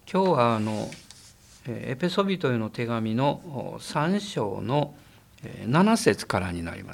今日はエペソビトへの手紙の3章の7節からになります。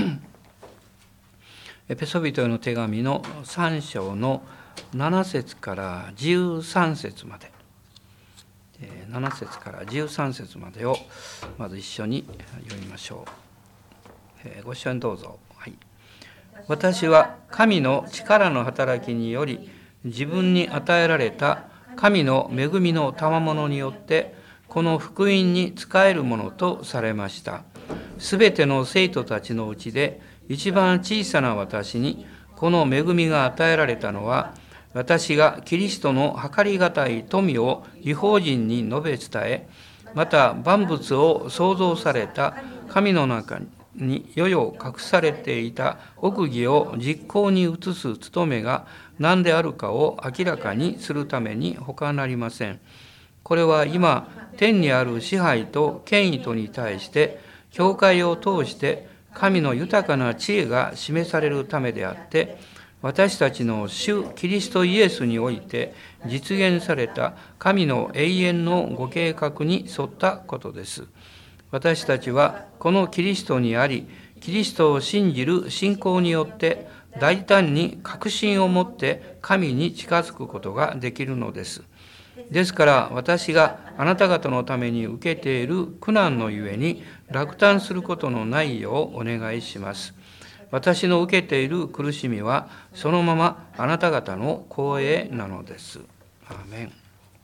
エペソビトへの手紙の3章の7節から13節まで、7節から13節までをまず一緒に読みましょう。ご一緒にどうぞ。はい。私は神の力の働きにより自分に与えられた神の恵みの賜物によってこの福音に仕えるものとされました。すべての生徒たちのうちで一番小さな私にこの恵みが与えられたのは、私がキリストの計りがたい富を異邦人に述べ伝え、また万物を創造された神の中に世々隠されていた奥義を実行に移す務めが何であるかを明らかにするために他なりません。これは今天にある支配と権威とに対して教会を通して神の豊かな知恵が示されるためであって、私たちの主キリストイエスにおいて実現された神の永遠のご計画に沿ったことです。私たちはこのキリストにあり、キリストを信じる信仰によって大胆に確信を持って神に近づくことができるのです。ですから私があなた方のために受けている苦難のゆえに落胆することのないようお願いします。私の受けている苦しみはそのままあなた方の光栄なのです。アーメン。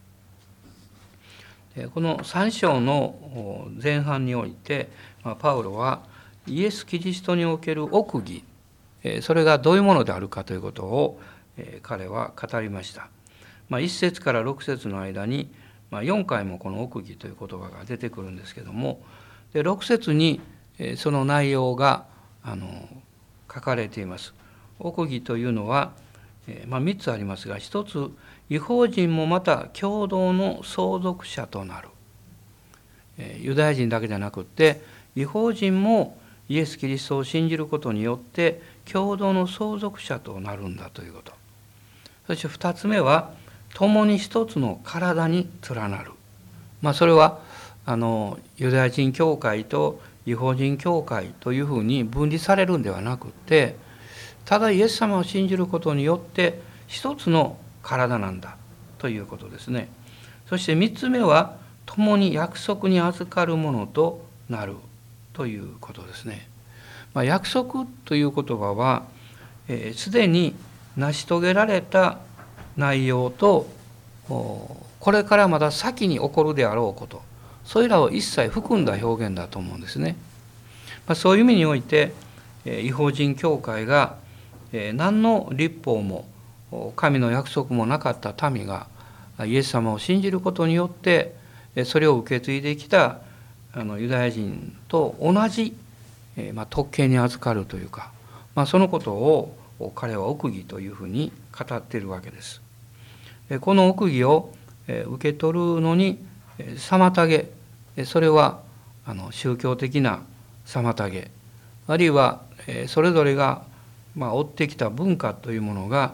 この3章の前半においてパウロはイエス・キリストにおける奥義、それがどういうものであるかということを彼は語りました。1節から6節の間に4回もこの奥義という言葉が出てくるんですけども、6節にその内容が書かれています。奥義というのは3つありますが、1つ、異邦人もまた共同の相続者となる。ユダヤ人だけじゃなくって異邦人もイエス・キリストを信じることによって共同の相続者となるんだということ。そして2つ目は、共に一つの体に連なる。それはユダヤ人教会と異邦人教会というふうに分離されるんではなくて、ただイエス様を信じることによって一つの体なんだということですね。そして3つ目は、共に約束に預かるものとなるということですね。約束という言葉はすでに成し遂げられた内容とこれからまだ先に起こるであろうこと、それらを一切含んだ表現だと思うんですね。そういう意味において異邦人教会が何の律法も神の約束もなかった民がイエス様を信じることによってそれを受け継いできたユダヤ人と同じ特権に預かるというか、そのことを彼は奥義というふうに語っているわけです。この奥義を受け取るのに妨げ、それは宗教的な妨げ、あるいはそれぞれが追ってきた文化というものが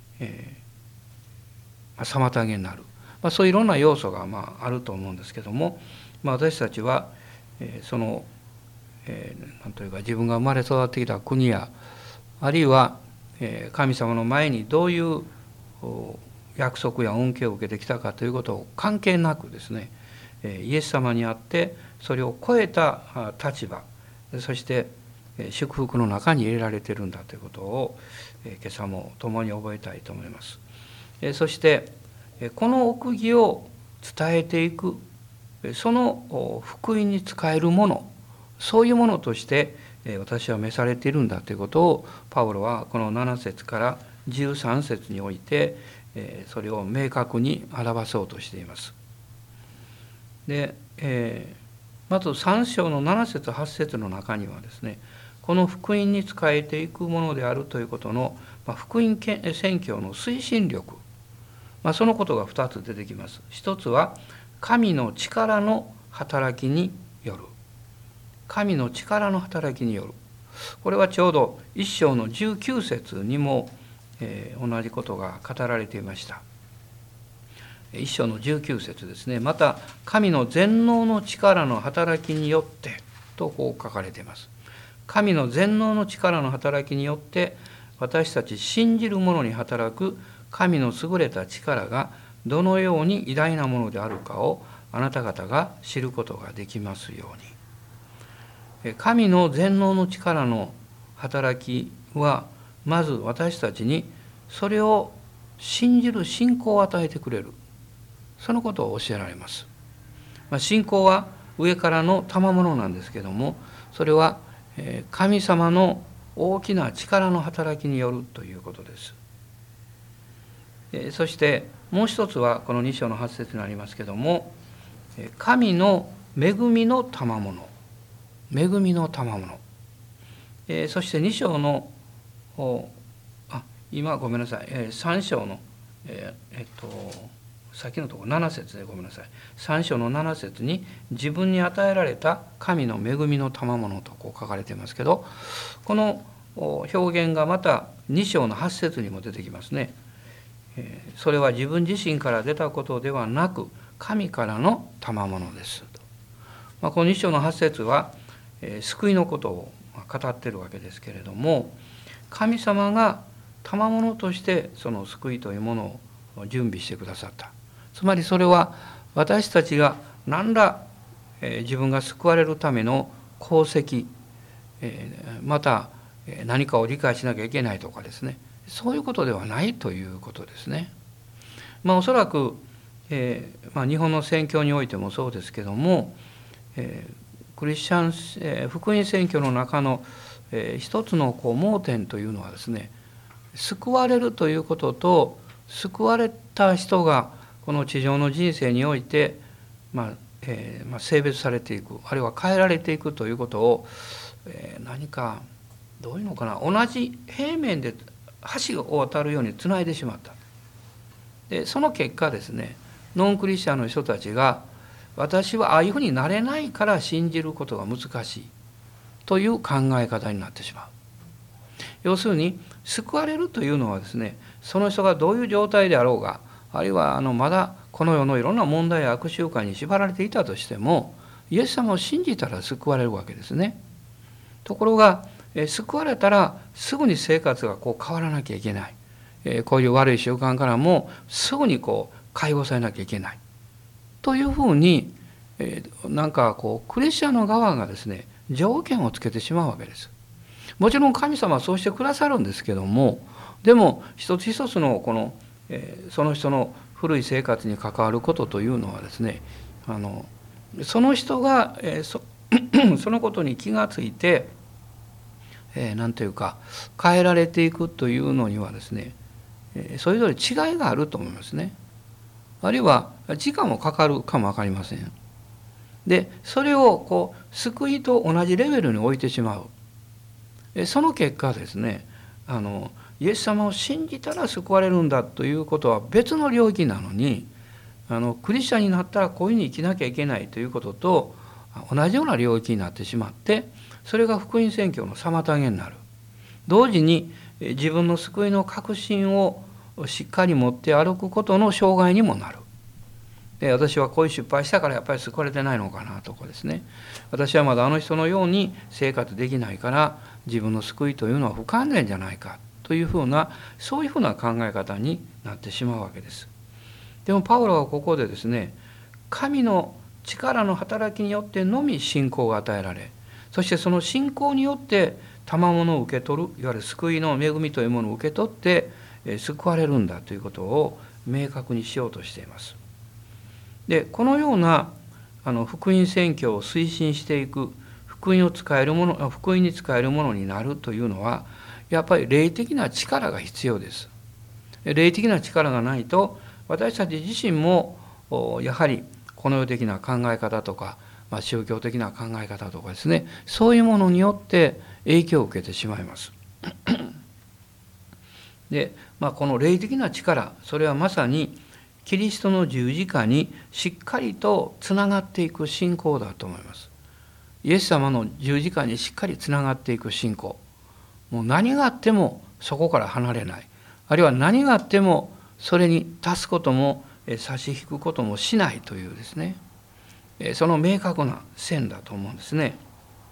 妨げになる、そういういろんな要素があると思うんですけども、私たちはそのなんというか、自分が生まれ育ってきた国や、あるいは神様の前にどういう約束や恩恵を受けてきたかということを関係なくですね、イエス様にあってそれを超えた立場、そして祝福の中に入れられているんだということを今朝も共に覚えたいと思います。そしてこの奥義を伝えていく、その福音に使えるもの、そういうものとして私は召されているんだということをパウロはこの7節から13節においてそれを明確に表そうとしています。で、まず3章の7節8節の中にはですね、この福音に仕えていくものであるということの福音宣教の推進力、そのことが2つ出てきます。一つは神の力の働きによる。神の力の働きによる。これはちょうど1章の19節にも同じことが語られていました。 1章の19節ですね。また神の全能の力の働きによってとこう書かれています。神の全能の力の働きによって私たち信じる者に働く神の優れた力がどのように偉大なものであるかをあなた方が知ることができますように。神の全能の力の働きはまず私たちにそれを信じる信仰を与えてくれる、そのことを教えられます。信仰は上からの賜物なんですけども、それは神様の大きな力の働きによるということです。そしてもう一つはこの2章の8節にありますけども、神の恵みの賜物、恵みの賜物、そして2章の今ごめんなさい、3章のさっきのところ7節でごめんなさい、3章の7節に自分に与えられた神の恵みの賜物とこう書かれていますけど、この表現がまた2章の8節にも出てきますね。それは自分自身から出たことではなく神からの賜物ですと。この2章の8節は救いのことを語っているわけですけれども、神様が賜物としてその救いというものを準備してくださった。つまりそれは私たちが何ら自分が救われるための功績、また何かを理解しなきゃいけないとかですね、そういうことではないということですね。おそらく、日本の宣教においてもそうですけども、クリスチャン、福音宣教の中の、一つの盲点というのはですね、救われるということと救われた人がこの地上の人生において、性別されていく、あるいは変えられていくということを、何かどういうのかな、同じ平面で橋を渡るようにつないでしまった。でその結果ですね、ノンクリスチャンの人たちが私はああいうふうになれないから信じることが難しいという考え方になってしまう。要するに救われるというのはですね、その人がどういう状態であろうが、あるいはまだこの世のいろんな問題や悪習慣に縛られていたとしても、イエス様を信じたら救われるわけですね。ところが救われたらすぐに生活が変わらなきゃいけない、こういう悪い習慣からもすぐに解放されなきゃいけないというふうに、なんかクリスチャンの側がですね条件をつけてしまうわけです。もちろん神様はそうしてくださるんですけども、でも一つ一つのその人の古い生活に関わることというのはですね、その人がそのことに気がついてなんというか変えられていくというのにはですね、それぞれ違いがあると思いますね。あるいは時間もかかるかも分かりません。でそれを救いと同じレベルに置いてしまう。その結果ですね、イエス様を信じたら救われるんだということは別の領域なのに、クリスチャンになったらこういうふうに生きなきゃいけないということと同じような領域になってしまって、それが福音宣教の妨げになる。同時に自分の救いの確信をしっかり持って歩くことの障害にもなる。で私はこういう失敗したからやっぱり救われてないのかなとかですね、私はまだあの人のように生活できないから自分の救いというのは不完全じゃないかというふうな、そういうふうな考え方になってしまうわけです。でもパウロはここでですね、神の力の働きによってのみ信仰が与えられ、そしてその信仰によって賜物を受け取る、いわゆる救いの恵みというものを受け取って救われるんだということを明確にしようとしています。でこのような福音宣教を推進していく、福音に使えるものになるというのはやっぱり霊的な力が必要です。霊的な力がないと私たち自身もやはりこの世的な考え方とか、宗教的な考え方とかですね、そういうものによって影響を受けてしまいます。で、この霊的な力、それはまさにキリストの十字架にしっかりとつながっていく信仰だと思います。イエス様の十字架にしっかりつながっていく信仰。もう何があってもそこから離れない。あるいは何があってもそれに達すことも差し引くこともしないというですね、その明確な線だと思うんですね。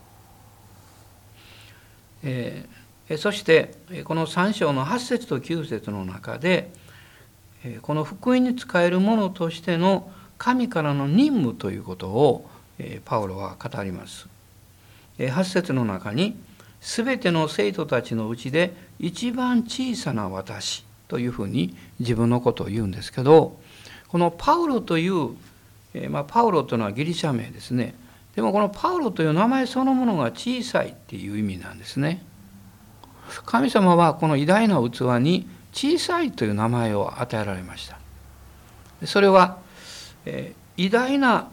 そしてこの3章の8節と9節の中で、この福音に仕える者としての神からの任務ということをパウロは語ります。8節の中に、すべての生徒たちのうちで一番小さな私というふうに自分のことを言うんですけど、このパウロという、パウロというのはギリシャ名ですね。でもこのパウロという名前そのものが小さいっていう意味なんですね。神様はこの偉大な器に小さいという名前を与えられました。それは、偉大な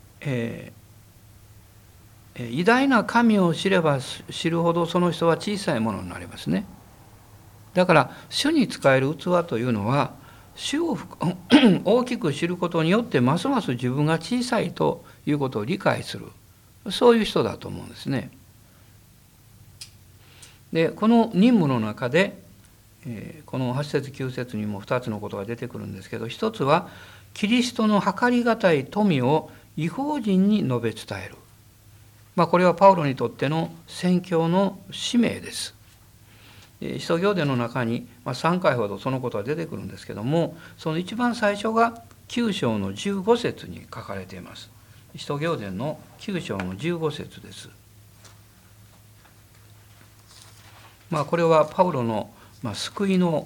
神を知れば知るほどその人は小さいものになりますね。だから主に仕える器というのは、主を大きく知ることによってますます自分が小さいということを理解する、そういう人だと思うんですね。でこの任務の中で、この8節9節にも2つのことが出てくるんですけど、一つはキリストの計りがたい富を異邦人に述べ伝える。これはパウロにとっての宣教の使命です。使徒行伝の中に3回ほどそのことが出てくるんですけども、その一番最初が9章の15節に書かれています。使徒行伝の9章の15節です。これはパウロの救いの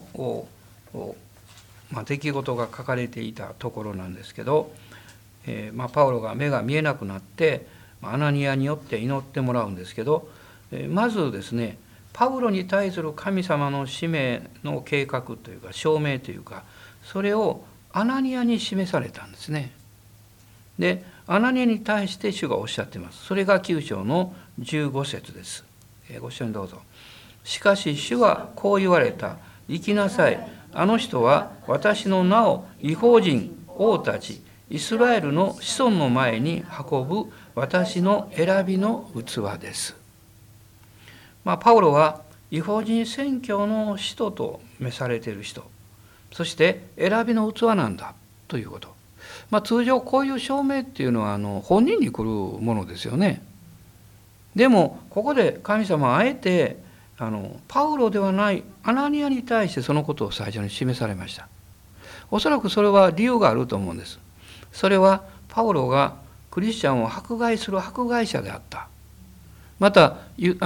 出来事が書かれていたところなんですけど、パウロが目が見えなくなってアナニアによって祈ってもらうんですけど、まずですね、パウロに対する神様の使命の計画というか証明というか、それをアナニアに示されたんですね。でアナニアに対して主がおっしゃっています。それが9章の15節です。ご一緒にどうぞ。しかし主はこう言われた。行きなさい。あの人は私の名を異邦人、王たち、イスラエルの子孫の前に運ぶ私の選びの器です。パウロは異邦人宣教の使徒と召されている人、そして選びの器なんだということ。通常こういう証明っていうのは本人に来るものですよね。でもここで神様はあえてパウロではないアナニアに対してそのことを最初に示されました。おそらくそれは理由があると思うんです。それはパウロがクリスチャンを迫害する迫害者であった。また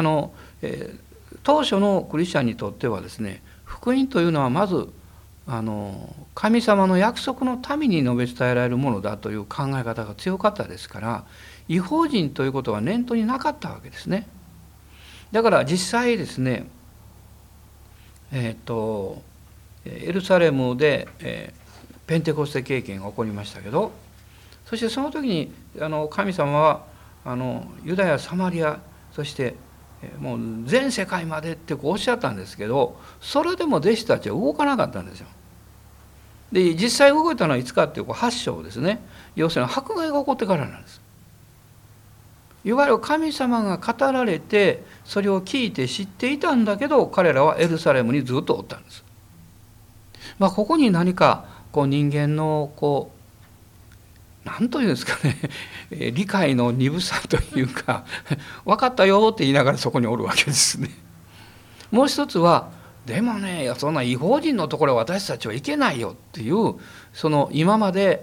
当初のクリスチャンにとってはですね、福音というのはまず神様の約束のために述べ伝えられるものだという考え方が強かったですから、異邦人ということは念頭になかったわけですね。だから実際ですね、エルサレムで、ペンテコステ経験が起こりましたけど、そしてその時に神様はユダヤ、サマリア、そしてもう全世界までっておっしゃったんですけど、それでも弟子たちは動かなかったんですよ。で実際動いたのはいつかっていう8章ですね。要するに迫害が起こってからなんです。いわゆる神様が語られてそれを聞いて知っていたんだけど、彼らはエルサレムにずっとおったんです。ここに何か人間の何というんですかね、理解の鈍さというか分かったよって言いながらそこにおるわけですね。もう一つはでもね、そんな異邦人のところは私たちは行けないよっていう、その今まで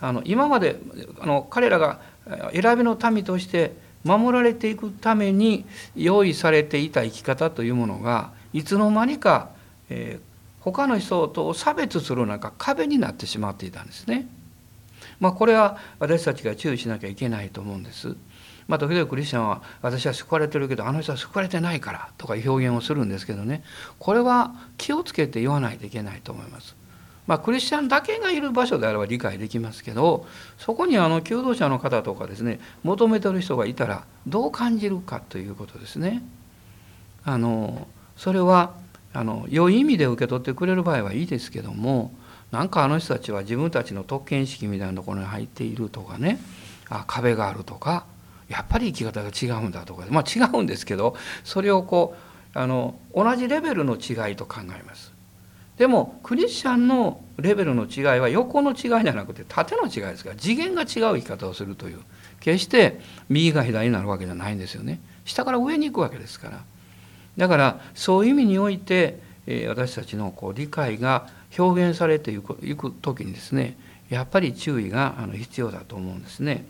彼らが選びの民として守られていくために用意されていた生き方というものがいつの間にか、他の人と差別する壁になってしまっていたんですね。これは私たちが注意しなきゃいけないと思うんです。時々クリスチャンは私は救われてるけどあの人は救われてないからとか表現をするんですけどね、これは気をつけて言わないといけないと思います。クリスチャンだけがいる場所であれば理解できますけど、そこに求道者の方とかですね、求めてる人がいたらどう感じるかということですね。それは良い意味で受け取ってくれる場合はいいですけども、あの人たちは自分たちの特権意識みたいなところに入っているとかね、壁があるとか、やっぱり生き方が違うんだとか、違うんですけど、それを同じレベルの違いと考えます。 でもクリスチャンのレベルの違いは横の違いじゃなくて縦の違いですから、次元が違う生き方をするという、決して右が左になるわけじゃないんですよね。下から上に行くわけですから。だからそういう意味において私たちの理解が表現されていく時にですね、やっぱり注意が必要だと思うんですね。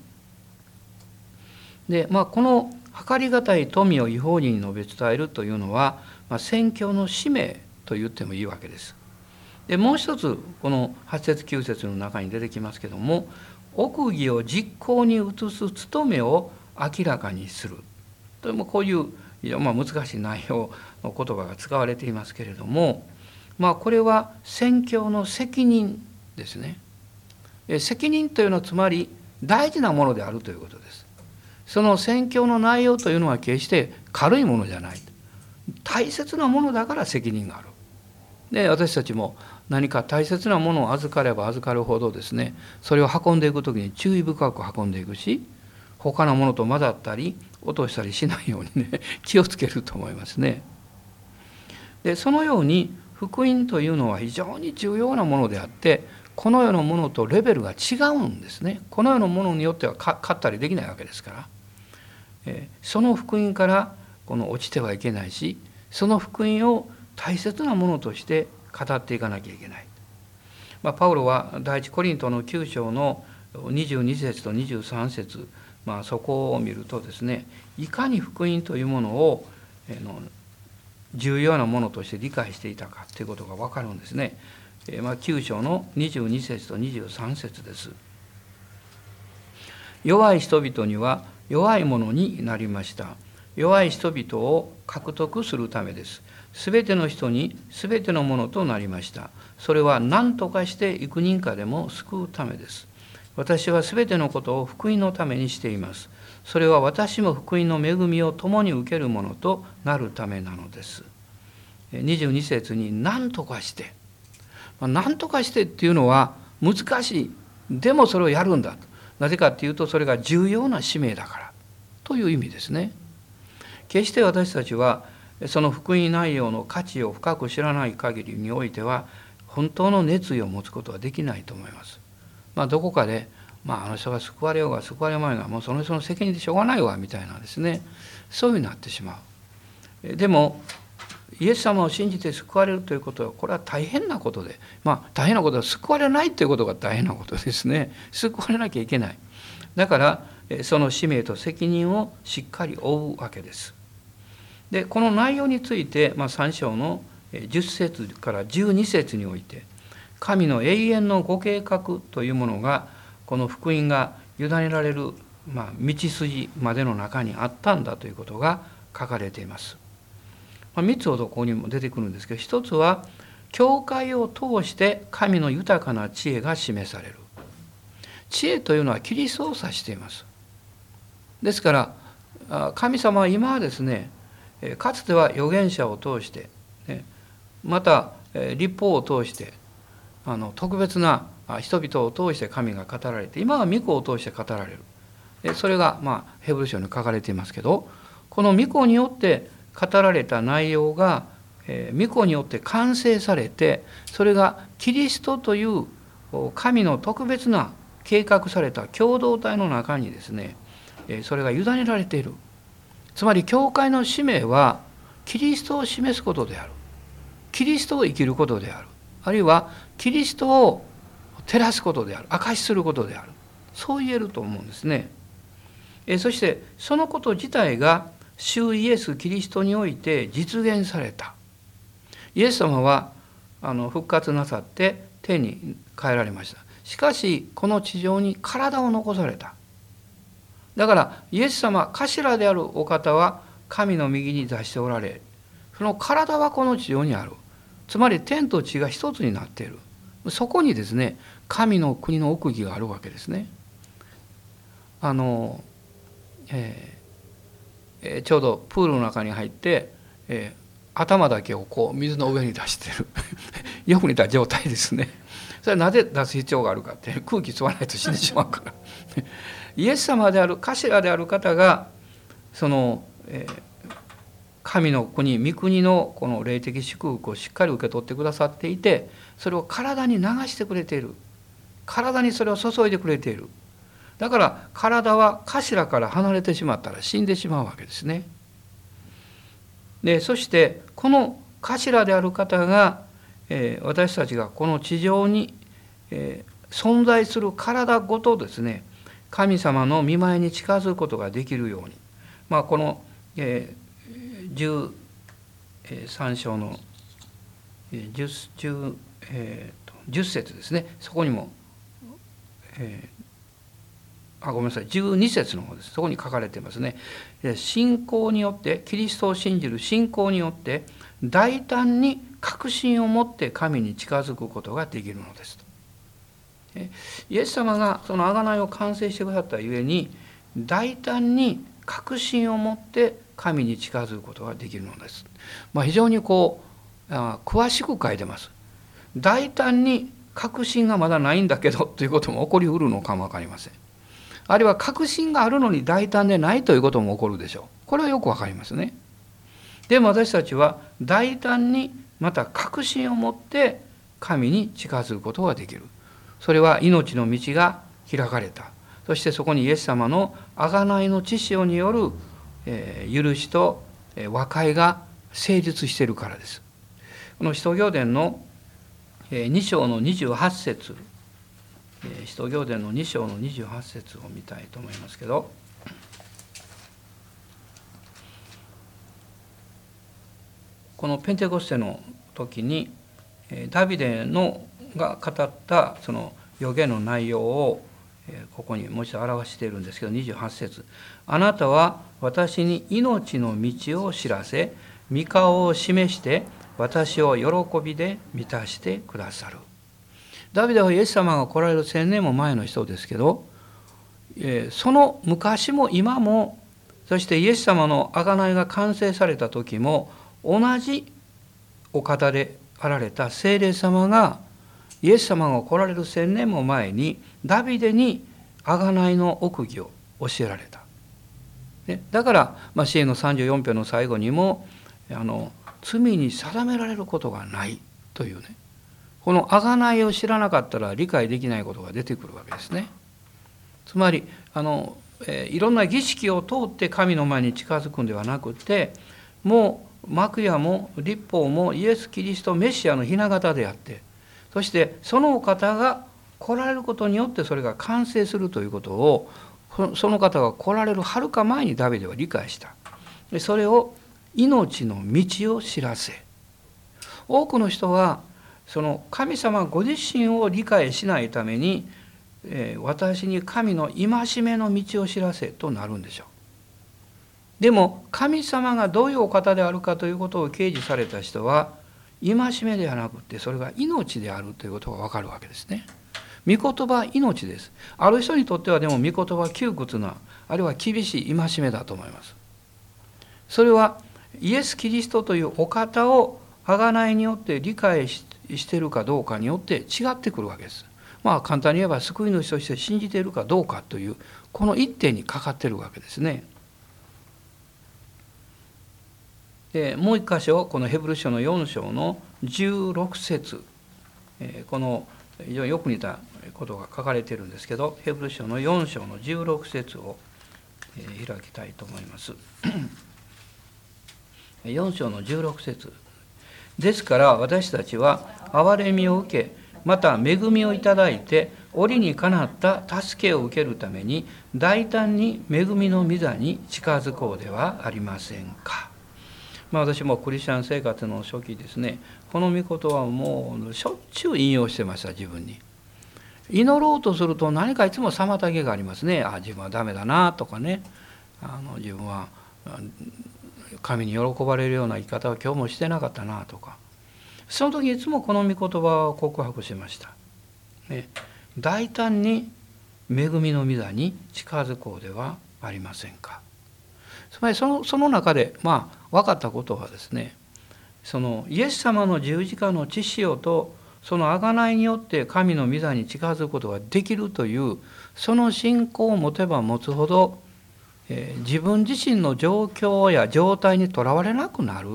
で、この計りがたい富を異邦人に述べ伝えるというのは、宣教の使命と言ってもいいわけです。でもう一つこの8節9節の中に出てきますけども、奥義を実行に移す務めを明らかにするという、こういう難しい内容の言葉が使われていますけれども、これは宣教の責任ですね。責任というのはつまり大事なものであるということです。その宣教の内容というのは決して軽いものじゃない。大切なものだから責任がある。で、私たちも何か大切なものを預かれば預かるほどですね、それを運んでいくときに注意深く運んでいくし、他のものと混ざったり落としたりしないようにね、気をつけると思いますね。で、そのように福音というのは非常に重要なものであって、この世のものとレベルが違うんですね。この世のものによっては勝ったりできないわけですから、その福音から落ちてはいけないし、その福音を大切なものとして語っていかなきゃいけない。パウロは第一コリントの9章の22節と23節、そこを見るとですね、いかに福音というものを重要なものとして理解していたかということが分かるんですね。9章の22節と23節です。弱い人々には弱いものになりました。弱い人々を獲得するためです。すべての人にすべてのものとなりました。それは何とかして幾人かでも救うためです。私はすべてのことを福音のためにしています。それは私も福音の恵みを共に受けるものとなるためなのです。22節に何とかして、何とかしてっていうのは難しい。でもそれをやるんだ。なぜかっていうと、それが重要な使命だからという意味ですね。決して私たちはその福音内容の価値を深く知らない限りにおいては本当の熱意を持つことはできないと思います。どこかで、あの人が救われようが救われまいがもうその人の責任でしょうがないわみたいなですね、そういうふうになってしまう。でもイエス様を信じて救われるということはこれは大変なことで、大変なことは救われないということが大変なことですね。救われなきゃいけない。だからその使命と責任をしっかり負うわけです。で、この内容について、3章の10節から12節において、神の永遠のご計画というものが、この福音が委ねられる、道筋までの中にあったんだということが書かれています。3つほどここにも出てくるんですけど、1つは、教会を通して神の豊かな知恵が示される。知恵というのはキリストを指しています。ですから、神様は今はですね、かつては預言者を通して、また律法を通して特別な人々を通して神が語られて、今は御子を通して語られる。それがヘブル書に書かれていますけど、この御子によって語られた内容が御子によって完成されて、それがキリストという神の特別な計画された共同体の中にですね、それが委ねられている。つまり教会の使命はキリストを示すことである。キリストを生きることである。あるいはキリストを照らすことである。証しすることである。そう言えると思うんですね。そしてそのこと自体が主イエス・キリストにおいて実現された。イエス様は復活なさって天に帰られました。しかしこの地上に体を残された。だからイエス様、頭であるお方は神の右に座しておられ、その体はこの地上にある。つまり天と地が一つになっている。そこにですね、神の国の奥義があるわけですね。ちょうどプールの中に入って、頭だけを水の上に出しているよく似た状態ですね。それはなぜ出す必要があるかって、空気吸わないと死んでしまうからイエス様である頭である方がその、 神の国、御国のこの霊的祝福をしっかり受け取ってくださっていて、それを体に流してくれている。体にそれを注いでくれている。だから体は頭から離れてしまったら死んでしまうわけですね。でそしてこの頭である方が、私たちがこの地上に、存在する体ごとですね、神様の御前に近づくことができるように、この、13章の 10節ですね、そこにも、ごめんなさい、12節の方です。そこに書かれていますね。信仰によって、キリストを信じる信仰によって大胆に確信を持って神に近づくことができるのですと。イエス様がその贖いを完成してくださったゆえに、大胆に確信を持って神に近づくことができるのです。非常に詳しく書いてます。大胆に確信がまだないんだけどということも起こりうるのかも分かりません。あるいは確信があるのに大胆でないということも起こるでしょう。これはよく分かりますね。でも私たちは大胆にまた確信を持って神に近づくことができる。それは命の道が開かれた。そしてそこにイエス様の贖いの血潮による許しと和解が成立しているからです。この使徒行伝の2章の28節、使徒行伝の2章の28節を見たいと思いますけど、このペンテコステの時にダビデが語ったその預言の内容をここにもう一度表しているんですけど、28節、あなたは私に命の道を知らせ、御顔を示して私を喜びで満たしてくださる。ダビデはイエス様が来られる1000年も前の人ですけど、その昔も今も、そしてイエス様の贖いが完成された時も、同じお方であられた聖霊様が、イエス様が来られる1000年も前にダビデに贖いの奥義を教えられた。だから、詩篇の34編の最後にも罪に定められることがないというね、この贖いを知らなかったら理解できないことが出てくるわけですね。つまりいろんな儀式を通って神の前に近づくんではなくて、もう幕屋も律法もイエス・キリストメシアの雛形であって、そしてそのお方が来られることによってそれが完成するということを、その方が来られるはるか前にダビデは理解した。それを命の道を知らせ。多くの人はその神様ご自身を理解しないために、私に神の戒めの道を知らせとなるんでしょう。でも神様がどういうお方であるかということを掲示された人は、戒めではなくてそれが命であるということが分かるわけですね。御言葉は命です。ある人にとってはでも御言葉は窮屈な、あるいは厳しい戒めだと思います。それはイエス・キリストというお方を贖いによって理解しているかどうかによって違ってくるわけです。簡単に言えば救い主として信じているかどうかというこの一点にかかっているわけですね。でもう一箇所、このヘブル書の4章の16節、この非常によく似たことが書かれているんですけど、ヘブル書の4章の16節を開きたいと思います。4章の16節、ですから私たちは憐れみを受け、また恵みをいただいて折にかなった助けを受けるために大胆に恵みの御座に近づこうではありませんか。私もクリスチャン生活の初期ですね、この御言葉はもうしょっちゅう引用してました。自分に祈ろうとすると何かいつも妨げがありますね。自分はダメだなとかね、自分は神に喜ばれるような生き方を今日もしてなかったなとか、その時いつもこの御言葉を告白しました、大胆に恵みの御座に近づこうではありませんか。つまりその中で分かったことはですね、そのイエス様の十字架の血潮とその贖いによって神の御座に近づくことができるというその信仰を持てば持つほど、 自分自身の状況や状態にとらわれなくなる。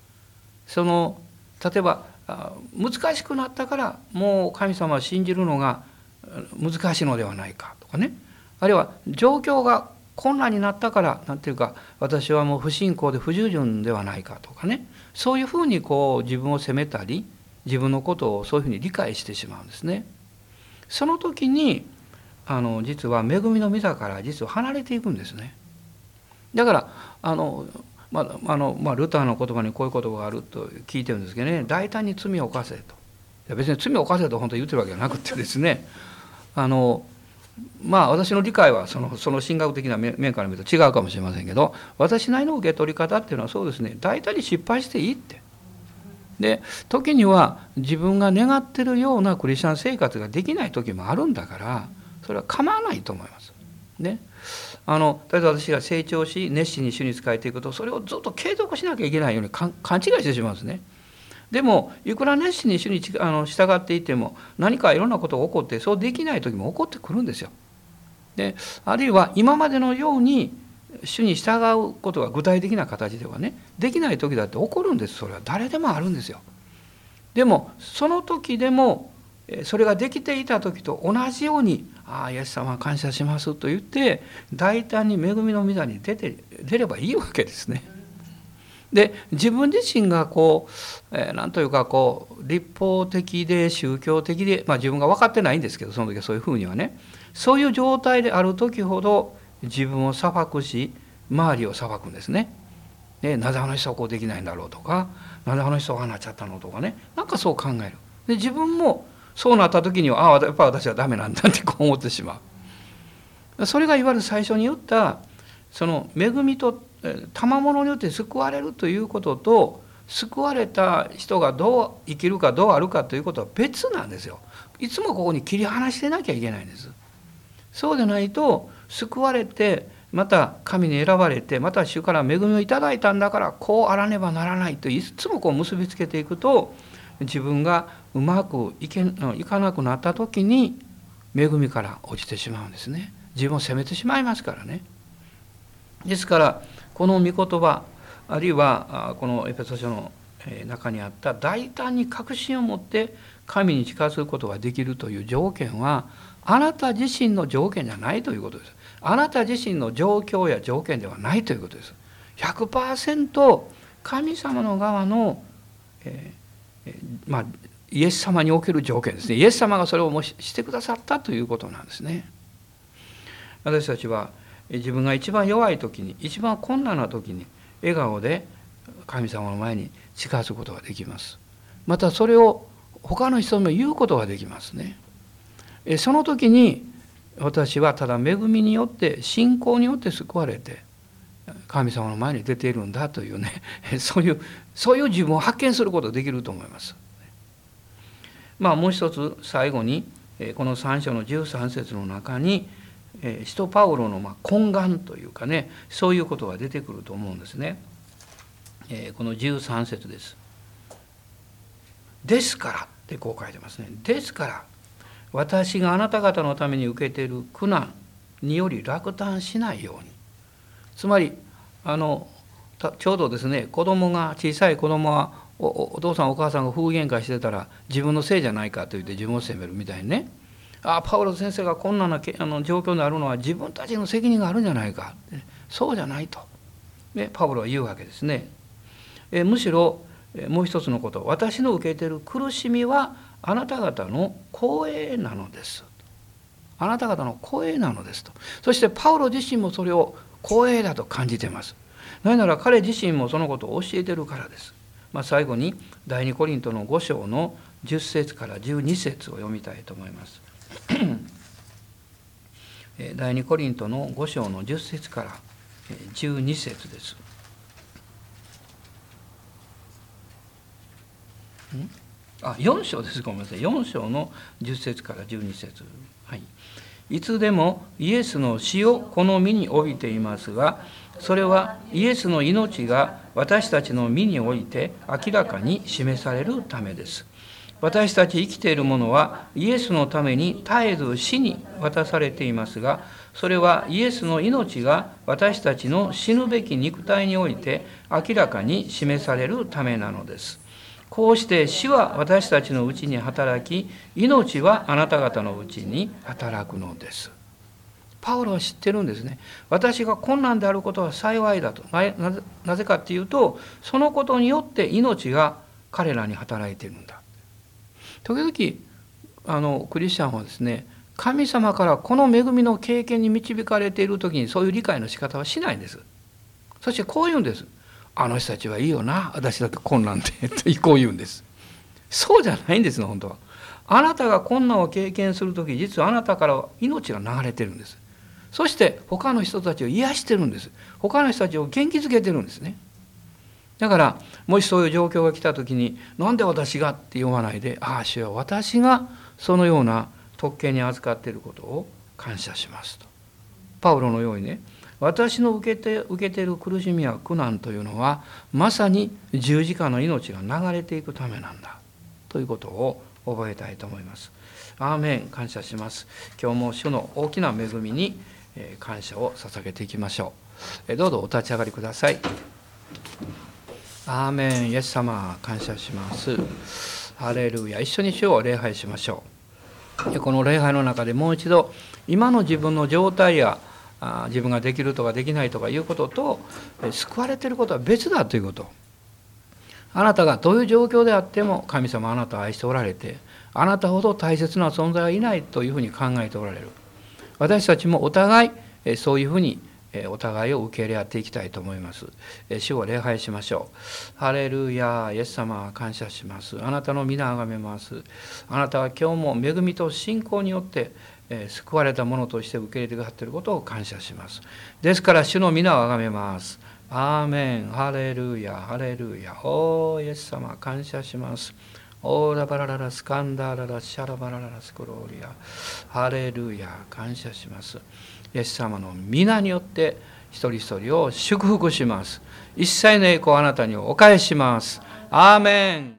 例えば難しくなったからもう神様を信じるのが難しいのではないかとかね、あるいは状況が困難になったからなんていうか私はもう不信仰で不従順ではないかとかね、そういうふうに自分を責めたり自分のことをそういうふうに理解してしまうんですね。その時に実は恵みの御座から実は離れていくんですね。だからルターの言葉にこういう言葉があると聞いてるんですけどね、大胆に罪を犯せと。いや別に罪を犯せと本当に言ってるわけじゃなくてですね、私の理解はその神学的な面から見ると違うかもしれませんけど、私なりの受け取り方っていうのはそうですね、大胆に失敗していいって。で時には自分が願ってるようなクリスチャン生活ができない時もあるんだから、それは構わないと思います。ね、例えば私が成長し熱心に主に仕えていくと、それをずっと継続しなきゃいけないように勘違いしてしまうんですね。でもいくら熱心に主に従っていても何かいろんなことが起こってそうできない時も起こってくるんですよ。であるいは今までのように主に従うことが具体的な形ではねできない時だって起こるんです。それは誰でもあるんですよ。でもその時でもそれができていた時と同じように「ああイエス様感謝します」と言って大胆に恵みの御座に出ればいいわけですね。で自分自身が何というか立法的で宗教的で、自分が分かってないんですけどその時はそういうふうにはね、そういう状態である時ほど自分を裁くし周りを裁くんですね。でなぜあの人はこうできないんだろうとか、なぜあの人がなっちゃったのとかね、なんかそう考える。で自分もそうなった時にはやっぱり私はダメなんだって思ってしまう。それがいわゆる最初に言ったその恵みと賜物によって救われるということと、救われた人がどう生きるかどうあるかということは別なんですよ。いつもここに切り離してなきゃいけないんです。そうでないと救われてまた神に選ばれてまた主から恵みをいただいたんだからこうあらねばならないといつも結びつけていくと、自分がうまくいかなくなった時に恵みから落ちてしまうんですね。自分を責めてしまいますからね。ですからこの御言葉あるいはこのエペソ書の中にあった大胆に確信を持って神に近づくことができるという条件はあなた自身の条件じゃないということです。あなた自身の状況や条件ではないということです。100% 神様の側の、イエス様における条件ですね。イエス様がそれをしてくださったということなんですね。私たちは自分が一番弱い時に一番困難な時に笑顔で神様の前に近づくことができます。またそれを他の人にも言うことができますね。その時に私はただ恵みによって信仰によって救われて神様の前に出ているんだというねそういう自分を発見することができると思います。もう一つ最後にこの3章の13節の中に使徒パウロの懇願というかね、そういうことが出てくると思うんですね。この13節です。ですからってこう書いてますね。ですから私があなた方のために受けている苦難により落胆しないように。つまりちょうどですね、小さい子供はお父さんお母さんが夫婦喧嘩してたら自分のせいじゃないかと言って自分を責めるみたいにね、パウロ先生がこんな状況にあるのは自分たちの責任があるんじゃないか、そうじゃないと、パウロは言うわけですね。むしろもう一つのこと、私の受けている苦しみはあなた方の光栄なのです。あなた方の光栄なのですと。そしてパウロ自身もそれを光栄だと感じています。なぜなら彼自身もそのことを教えているからです。最後に第2コリントの5章の10節から12節を読みたいと思います。第2コリントの5章の10節から12節です。4章です。ごめんなさい。4章の10節から12節。いつでもイエスの死をこの身に帯びていますが、それはイエスの命が私たちの身において明らかに示されるためです。 私たち生きているものはイエスのために絶えず死に渡されていますが、それはイエスの命が私たちの死ぬべき肉体において明らかに示されるためなのです。こうして死は私たちのうちに働き、命はあなた方のうちに働くのです。パウロは知ってるんですね。私が困難であることは幸いだと。なぜかっていうと、そのことによって命が彼らに働いているんだ。時々クリスチャンはですね、神様からこの恵みの経験に導かれている時にそういう理解の仕方はしないんです。そしてこう言うんです。あの人たちはいいよな、私だって困難でとこう言うんです。そうじゃないんですの、本当は。あなたが困難を経験する時、実はあなたから命が流れてるんです。そして他の人たちを癒してるんです。他の人たちを元気づけてるんですね。だからもしそういう状況が来た時に、なんで私がって言わないで、ああ主よ、私がそのような特権に預かっていることを感謝しますと。パウロのようにね、私の受けている苦しみや苦難というのはまさに十字架の命が流れていくためなんだということを覚えたいと思います。アーメン。感謝します。今日も主の大きな恵みに感謝を捧げていきましょう。どうぞお立ち上がりください。アーメン。イエス様感謝します。ハレルヤ。一緒に主を礼拝しましょう。この礼拝の中でもう一度今の自分の状態や自分ができるとかできないとかいうことと救われていることは別だということ。あなたがどういう状況であっても神様あなたを愛しておられて、あなたほど大切な存在はいないというふうに考えておられる。私たちもお互いそういうふうにお互いを受け入れ合っていきたいと思います。主を礼拝しましょう。ハレルヤ。イエス様感謝します。あなたの皆をあがめます。あなたは今日も恵みと信仰によって救われたものとして受け入れてくださっていることを感謝します。ですから主の皆をあがめます。アーメン。ハレルヤ。ハレルヤ。おーイエス様感謝します。オーラバラララスカンダララシャラバラララスクローリア。ハレルヤ。感謝します。イエス様の皆によって一人一人を祝福します。一切の栄光をあなたにお返しします。アーメン。